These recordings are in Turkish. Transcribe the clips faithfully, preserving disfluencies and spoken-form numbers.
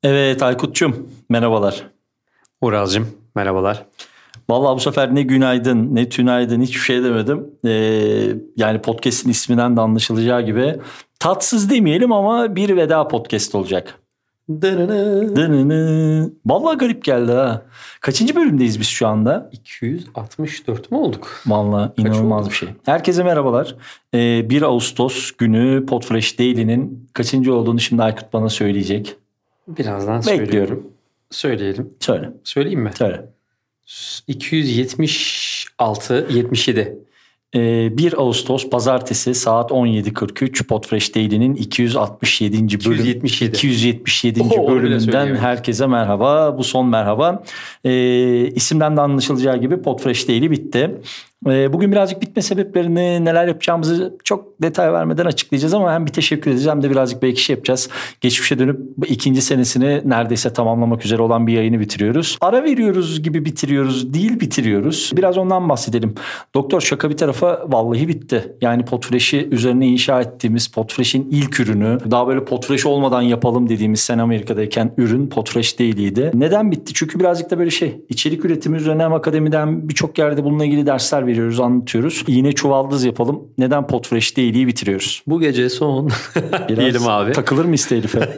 Evet Aykut'cum merhabalar. Uraz'cığım merhabalar. Vallahi bu sefer ne günaydın ne tünaydın hiçbir şey demedim. Ee, yani podcast'in isminden de anlaşılacağı gibi tatsız demeyelim ama bir veda podcast olacak. Dınını. Dınını. Vallahi garip geldi ha. Kaçıncı bölümdeyiz biz şu anda? iki yüz altmış dört mü olduk? Vallahi inanılmaz bir şey. Herkese merhabalar. Ee, bir Ağustos günü Podfresh Daily'nin kaçıncı olduğunu şimdi Aykut bana söyleyecek. Birazdan Bekliyorum. söylüyorum. Söyleyelim. Söyle. Söyleyeyim mi? Söyle. iki yüz yetmiş altı yetmiş yedi. bir Ağustos Pazartesi saat on yedi kırk üç Podfresh Daily'nin iki yüz altmış yedinci bölüm. iki yüz yetmiş yedi. iki yüz yetmiş yedinci Oo, bölümünden herkese merhaba. Bu son merhaba. Ee, isimden de anlaşılacağı gibi Podfresh Daily bitti. Ee, bugün birazcık bitme sebeplerini, neler yapacağımızı çok detay vermeden açıklayacağız ama hem bir teşekkür edeceğiz hem de birazcık belki şey yapacağız. Geçmişe dönüp ikinci senesini neredeyse tamamlamak üzere olan bir yayını bitiriyoruz. Ara veriyoruz gibi bitiriyoruz değil bitiriyoruz. Biraz ondan bahsedelim. Doktor şaka bir tarafa vallahi bitti. Yani Podfresh'i üzerine inşa ettiğimiz Podfresh'in ilk ürünü, daha böyle Podfresh olmadan yapalım dediğimiz sen Amerika'dayken ürün Podfresh Daily'ydi. Neden bitti? Çünkü birazcık da böyle şey içerik üretimi üzerine hem akademiden birçok yerde bununla ilgili dersler veriyoruz, anlatıyoruz. Yine çuvaldız yapalım. Neden Podfresh Daily'yi bitiriyoruz? Bu gece son diyelim abi. Takılır mı iste Elif'e?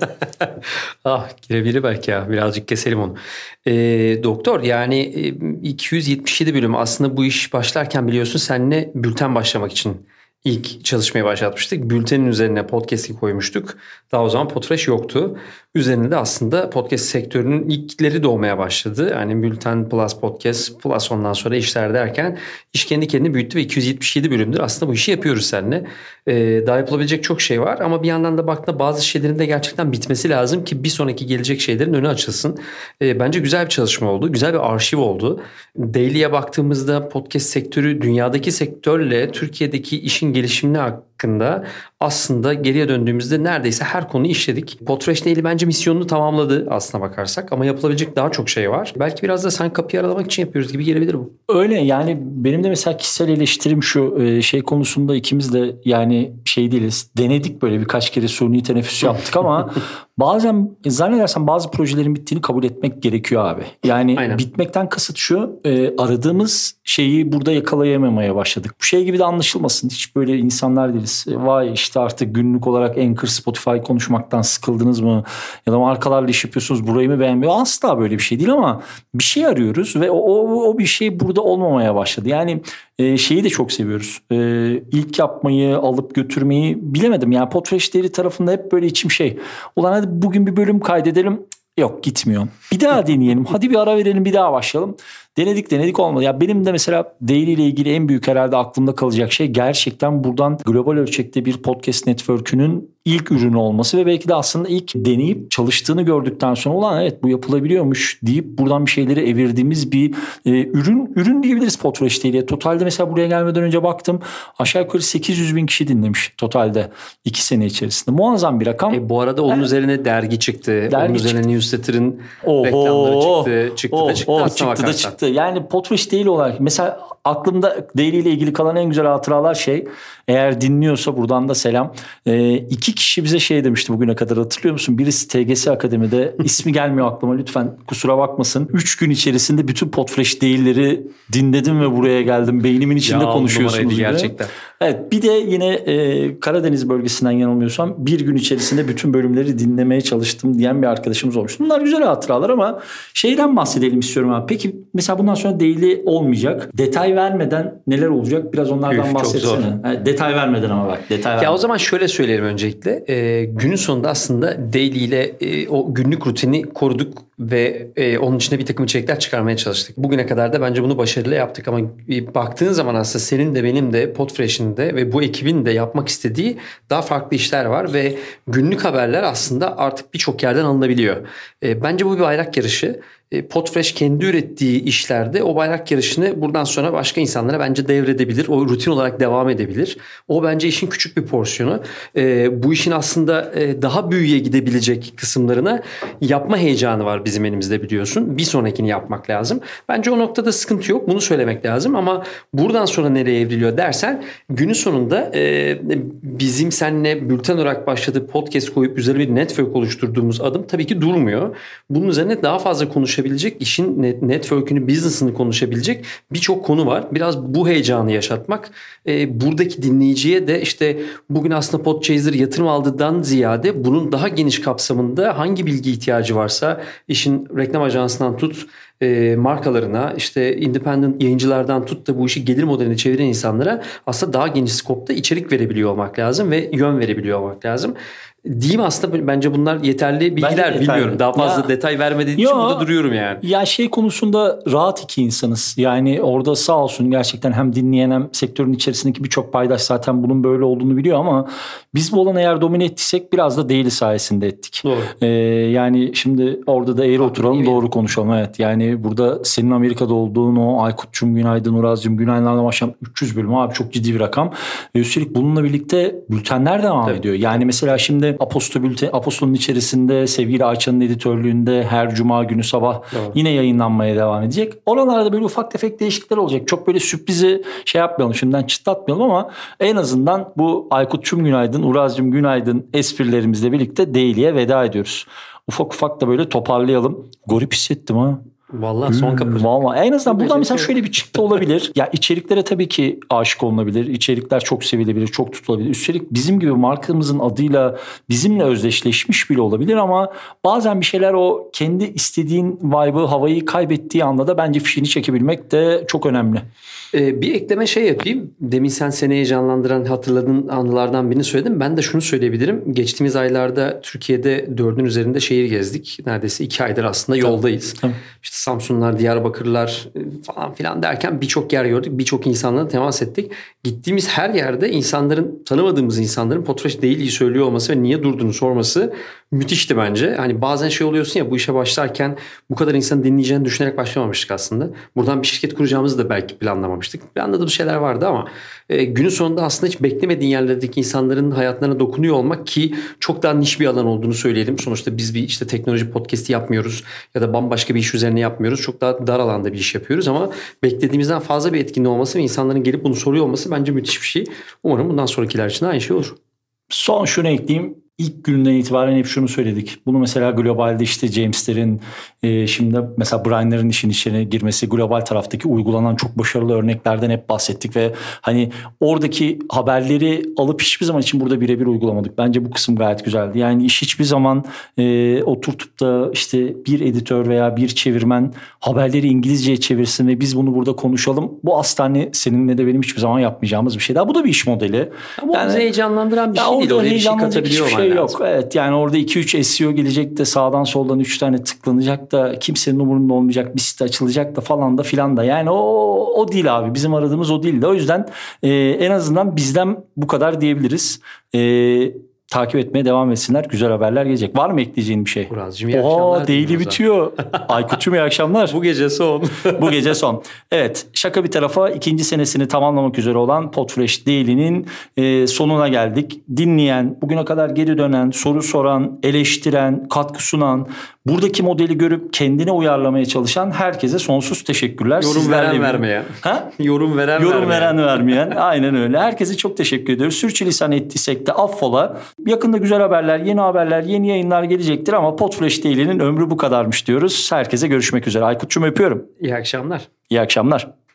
Ah girebilir belki ya. Birazcık keselim onu. Ee, doktor yani iki yüz yetmiş yedi bölüm aslında bu iş başlarken biliyorsun seninle bülten başlamak için ilk çalışmaya başlatmıştık. Bültenin üzerine podcast'i koymuştuk. Daha o zaman Podfresh yoktu. Üzerine de aslında podcast sektörünün ilkleri doğmaya başladı. Yani bülten plus podcast plus ondan sonra işler derken iş kendi kendini büyüttü ve iki yüz yetmiş yedi bölümdür aslında bu işi yapıyoruz seninle. Ee, daha yapılabilecek çok şey var ama bir yandan da baktığında bazı şeylerin de gerçekten bitmesi lazım ki bir sonraki gelecek şeylerin önü açılsın. Ee, bence güzel bir çalışma oldu. Güzel bir arşiv oldu. Daily'ye baktığımızda podcast sektörü dünyadaki sektörle Türkiye'deki işin gelişimini hakkında aslında geriye döndüğümüzde neredeyse her konuyu işledik. Podfresh Daily bence misyonunu tamamladı aslına bakarsak ama yapılabilecek daha çok şey var. Belki biraz da sen kapıyı aralamak için yapıyoruz gibi gelebilir bu. Öyle yani benim de mesela kişisel eleştirim şu şey konusunda ikimiz de yani şey değiliz. Denedik böyle birkaç kere suni teneffüs yaptık ama bazen zannedersem bazı projelerin bittiğini kabul etmek gerekiyor abi. Yani aynen. Bitmekten kasıt şu aradığımız şeyi burada yakalayamamaya başladık. Bu şey gibi de anlaşılmasın. Hiç böyle insanlar değiliz. Vay işte artık günlük olarak Anchor, Spotify konuşmaktan sıkıldınız mı? Ya da markalarla iş yapıyorsunuz burayı mı beğenmiyor? Asla böyle bir şey değil ama bir şey arıyoruz ve o, o, o bir şey burada olmamaya başladı. Yani e, şeyi de çok seviyoruz. E, ilk yapmayı, alıp götürmeyi bilemedim. Yani Podfresh Daily tarafında hep böyle içim şey. Ulan hadi bugün bir bölüm kaydedelim. Yok gitmiyor. Bir daha deneyelim. Hadi bir ara verelim bir daha başlayalım. Denedik denedik olmadı. Ya benim de mesela Daily ile ilgili en büyük herhalde aklımda kalacak şey gerçekten buradan global ölçekte bir podcast network'ünün ilk ürünü olması ve belki de aslında ilk deneyip çalıştığını gördükten sonra ulan evet bu yapılabiliyormuş deyip buradan bir şeyleri evirdiğimiz bir e, ürün ürün diyebiliriz Podfresh Daily'ye. Totalde mesela buraya gelmeden önce baktım aşağı yukarı sekiz yüz bin kişi dinlemiş totalde iki sene içerisinde. Muazzam bir rakam. E, bu arada onun evet. üzerine dergi çıktı. Dergi onun çıktı. Üzerine newsletter'ın oh, reklamları oh, çıktı. Çıktı oh, da çıktı. Oh, çıktı da çıktı. Yani Podfresh Daily olarak mesela aklımda Daily ile ilgili kalan en güzel hatıralar şey eğer dinliyorsa buradan da selam. Ee, iki kişi bize şey demişti bugüne kadar hatırlıyor musun? Birisi T G S Akademi'de ismi gelmiyor aklıma lütfen kusura bakmasın. Üç gün içerisinde bütün Podfresh Daily'leri dinledim ve buraya geldim. Beynimin içinde ya, konuşuyorsunuz gibi. Gerçekten. Evet bir de yine e, Karadeniz bölgesinden yanılmıyorsam bir gün içerisinde bütün bölümleri dinlemeye çalıştım diyen bir arkadaşımız olmuş. Bunlar güzel hatıralar ama şeyden bahsedelim istiyorum abi. Peki mesela bundan sonra Daily olmayacak. Detay vermeden neler olacak? Biraz onlardan Üf, bahsetsene. Yani detay vermeden ama bak. Detay ya vermeden. O zaman şöyle söyleyelim öncelikle. E, günün sonunda aslında Daily ile e, o günlük rutini koruduk ve e, onun içinde bir takım içerikler çıkarmaya çalıştık. Bugüne kadar da bence bunu başarılı yaptık ama e, baktığın zaman aslında senin de benim de Podfresh'in de ve bu ekibin de yapmak istediği daha farklı işler var ve günlük haberler aslında artık birçok yerden alınabiliyor. E, bence bu bir bayrak yarışı. Podfresh kendi ürettiği işlerde o bayrak yarışını buradan sonra başka insanlara bence devredebilir. O rutin olarak devam edebilir. O bence işin küçük bir porsiyonu. Bu işin aslında daha büyüye gidebilecek kısımlarına yapma heyecanı var bizim elimizde biliyorsun. Bir sonrakini yapmak lazım. Bence o noktada sıkıntı yok. Bunu söylemek lazım ama buradan sonra nereye evriliyor dersen günün sonunda bizim seninle bülten olarak başladığı podcast koyup üzerine bir network oluşturduğumuz adım tabii ki durmuyor. Bunun üzerine daha fazla konuşabilecek, işin network'ünü, business'ını konuşabilecek birçok konu var. Biraz bu heyecanı yaşatmak. E, buradaki dinleyiciye de işte bugün aslında Podchaser yatırım aldığından ziyade bunun daha geniş kapsamında hangi bilgi ihtiyacı varsa işin reklam ajansından tut e, markalarına, işte independent yayıncılardan tut da bu işi gelir modeline çeviren insanlara aslında daha geniş skopta içerik verebiliyor olmak lazım ve yön verebiliyor olmak lazım. Diyeyim aslında bence bunlar yeterli bilgiler, yeterli. Bilmiyorum. Daha fazla ya, detay vermediğim için burada duruyorum yani. Ya şey konusunda rahat iki insanız. Yani orada sağ olsun gerçekten hem dinleyen hem sektörün içerisindeki birçok paydaş zaten bunun böyle olduğunu biliyor ama biz bu olanı eğer domine ettiysek biraz da Daily sayesinde ettik. Doğru. Ee, yani şimdi orada da eğri oturalım doğru konuşalım. Evet yani burada senin Amerika'da olduğun o Aykut'cum günaydın, Uraz'cım günaydınlarla başlayan üç yüz bölüm abi çok ciddi bir rakam. Ve üstelik bununla birlikte bültenler devam Tabii. ediyor. Yani mesela şimdi Aposto bülten, Aposto'nun içerisinde sevgili Ayça'nın editörlüğünde her cuma günü sabah evet. yine yayınlanmaya devam edecek. Oralarda böyle ufak tefek değişiklikler olacak. Çok böyle sürprizi şey yapmayalım, şimdiden çıtlatmayalım ama en azından bu Aykut'cum günaydın, Uraz'cım günaydın esprilerimizle birlikte Daily'e veda ediyoruz. Ufak ufak da böyle toparlayalım. Garip hissettim ha. Vallahi son kapı. Vallahi en azından buradan mesela şöyle bir çıktı olabilir. Ya içeriklere tabii ki aşık olunabilir. İçerikler çok sevilebilir, çok tutulabilir. Üstelik bizim gibi markamızın adıyla bizimle özdeşleşmiş bile olabilir ama bazen bir şeyler o kendi istediğin vibe'ı, havayı kaybettiği anda da bence fişini çekebilmek de çok önemli. Ee, bir ekleme şey yapayım. Demin sen seni heyecanlandıran hatırladığın anılardan birini söyledim. Ben de şunu söyleyebilirim. Geçtiğimiz aylarda Türkiye'de dördün üzerinde şehir gezdik. Neredeyse iki aydır aslında yoldayız. Tamam. İşte Samsunlar, Diyarbakırlar falan filan derken birçok yer gördük. Birçok insanla temas ettik. Gittiğimiz her yerde insanların, tanımadığımız insanların Podfresh Daily'yi söylüyor olması ve niye durduğunu sorması müthişti bence. Hani bazen şey oluyorsun ya, bu işe başlarken bu kadar insanı dinleyeceğini düşünerek başlamamıştık aslında. Buradan bir şirket kuracağımızı da belki planlamamıştık. Planladığımız şeyler vardı ama e, günün sonunda aslında hiç beklemediğin yerlerdeki insanların hayatlarına dokunuyor olmak, ki çok daha niş bir alan olduğunu söyleyelim. Sonuçta biz bir işte teknoloji podcast'i yapmıyoruz ya da bambaşka bir iş üzerine yapmıyoruz. Çok daha dar alanda bir iş yapıyoruz ama beklediğimizden fazla bir etkinliği olması ve insanların gelip bunu soruyor olması bence müthiş bir şey. Umarım bundan sonrakiler için de aynı şey olur. Son şunu ekleyeyim. İlk günden itibaren hep şunu söyledik. Bunu mesela globalde işte James'lerin e, şimdi mesela Brian'ların işin içine girmesi, global taraftaki uygulanan çok başarılı örneklerden hep bahsettik ve hani oradaki haberleri alıp hiçbir zaman için burada birebir uygulamadık. Bence bu kısım gayet güzeldi. Yani iş hiçbir zaman e, oturtup da işte bir editör veya bir çevirmen haberleri İngilizceye çevirsin ve biz bunu burada konuşalım. Bu aslında seninle de benim hiçbir zaman yapmayacağımız bir şey. Daha bu da bir iş modeli. Bu yani, bizi heyecanlandıran bir şey değil. Oraya bir şey katabiliyor şey yok. Evet yani orada iki üç S E O gelecek de sağdan soldan üç tane tıklanacak da kimsenin umurunda olmayacak, bir site açılacak da falan da filan da. Yani o o değil abi. Bizim aradığımız o değil de. O yüzden e, en azından bizden bu kadar diyebiliriz. Eee takip etmeye devam etsinler. Güzel haberler gelecek. Var mı ekleyeceğin bir şey? Uraz'cığım iyi akşamlar. Ooo Daily bitiyor. Aykut'cum iyi akşamlar. Bu gece son. Bu gece son. Evet, şaka bir tarafa ikinci senesini tamamlamak üzere olan Podfresh Daily'nin e, sonuna geldik. Dinleyen, bugüne kadar geri dönen, soru soran, eleştiren, katkı sunan, buradaki modeli görüp kendine uyarlamaya çalışan herkese sonsuz teşekkürler. Yorum Sizlerle veren vermeyen. Ha? Yorum veren Yorum vermeyen. veren vermeyen. Aynen öyle. Herkese çok teşekkür ediyoruz. Sürçülisan ettiysek de affola. Yakında güzel haberler, yeni haberler, yeni yayınlar gelecektir ama Podfresh Daily'nin ömrü bu kadarmış diyoruz. Herkese görüşmek üzere. Aykut'cum öpüyorum. İyi akşamlar. İyi akşamlar.